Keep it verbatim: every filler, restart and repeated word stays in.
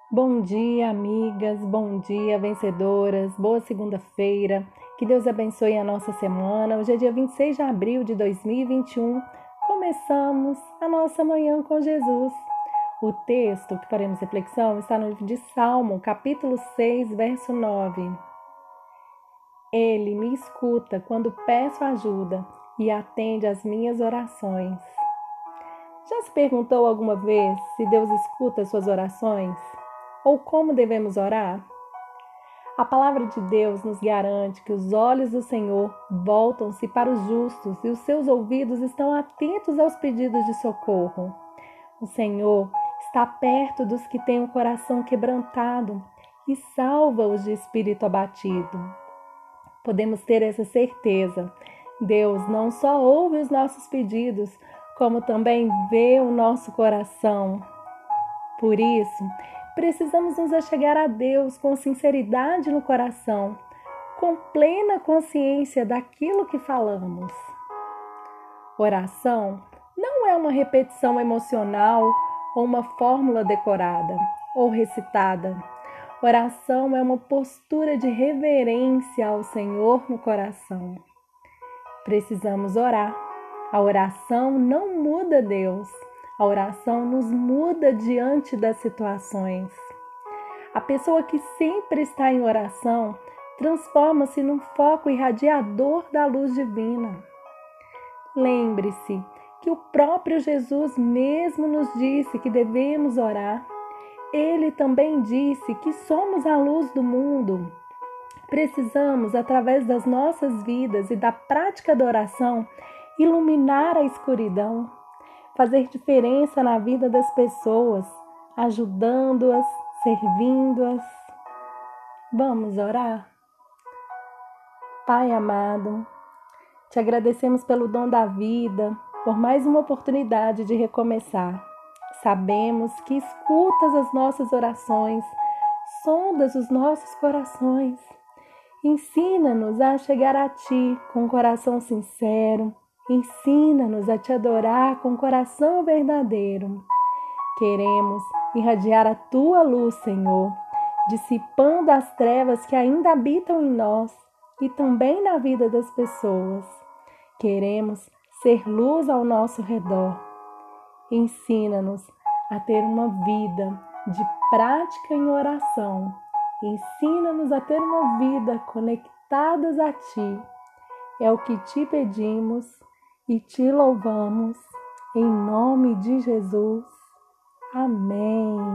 Bom dia, amigas, bom dia, vencedoras, boa segunda-feira, que Deus abençoe a nossa semana. Hoje é dia vinte e seis de abril de dois mil e vinte e um, começamos a nossa manhã com Jesus. O texto que faremos reflexão está no livro de Salmo, capítulo seis, verso nove. Ele me escuta quando peço ajuda e atende às minhas orações. Já se perguntou alguma vez se Deus escuta as suas orações? Ou como devemos orar? A palavra de Deus nos garante que os olhos do Senhor voltam-se para os justos e os seus ouvidos estão atentos aos pedidos de socorro. O Senhor está perto dos que têm o coração quebrantado e salva-os de espírito abatido. Podemos ter essa certeza. Deus não só ouve os nossos pedidos, como também vê o nosso coração. Por isso, precisamos nos achegar a Deus com sinceridade no coração, com plena consciência daquilo que falamos. Oração não é uma repetição emocional ou uma fórmula decorada ou recitada. Oração é uma postura de reverência ao Senhor no coração. Precisamos orar. A oração não muda Deus. A oração nos muda diante das situações. A pessoa que sempre está em oração transforma-se num foco irradiador da luz divina. Lembre-se que o próprio Jesus mesmo nos disse que devemos orar. Ele também disse que somos a luz do mundo. Precisamos, através das nossas vidas e da prática da oração, iluminar a escuridão, fazer diferença na vida das pessoas, ajudando-as, servindo-as. Vamos orar? Pai amado, te agradecemos pelo dom da vida, por mais uma oportunidade de recomeçar. Sabemos que escutas as nossas orações, sondas os nossos corações. Ensina-nos a chegar a Ti com um coração sincero. Ensina-nos a Te adorar com coração verdadeiro. Queremos irradiar a Tua luz, Senhor, dissipando as trevas que ainda habitam em nós e também na vida das pessoas. Queremos ser luz ao nosso redor. Ensina-nos a ter uma vida de prática em oração. Ensina-nos a ter uma vida conectadas a Ti. É o que Te pedimos e Te louvamos, em nome de Jesus. Amém.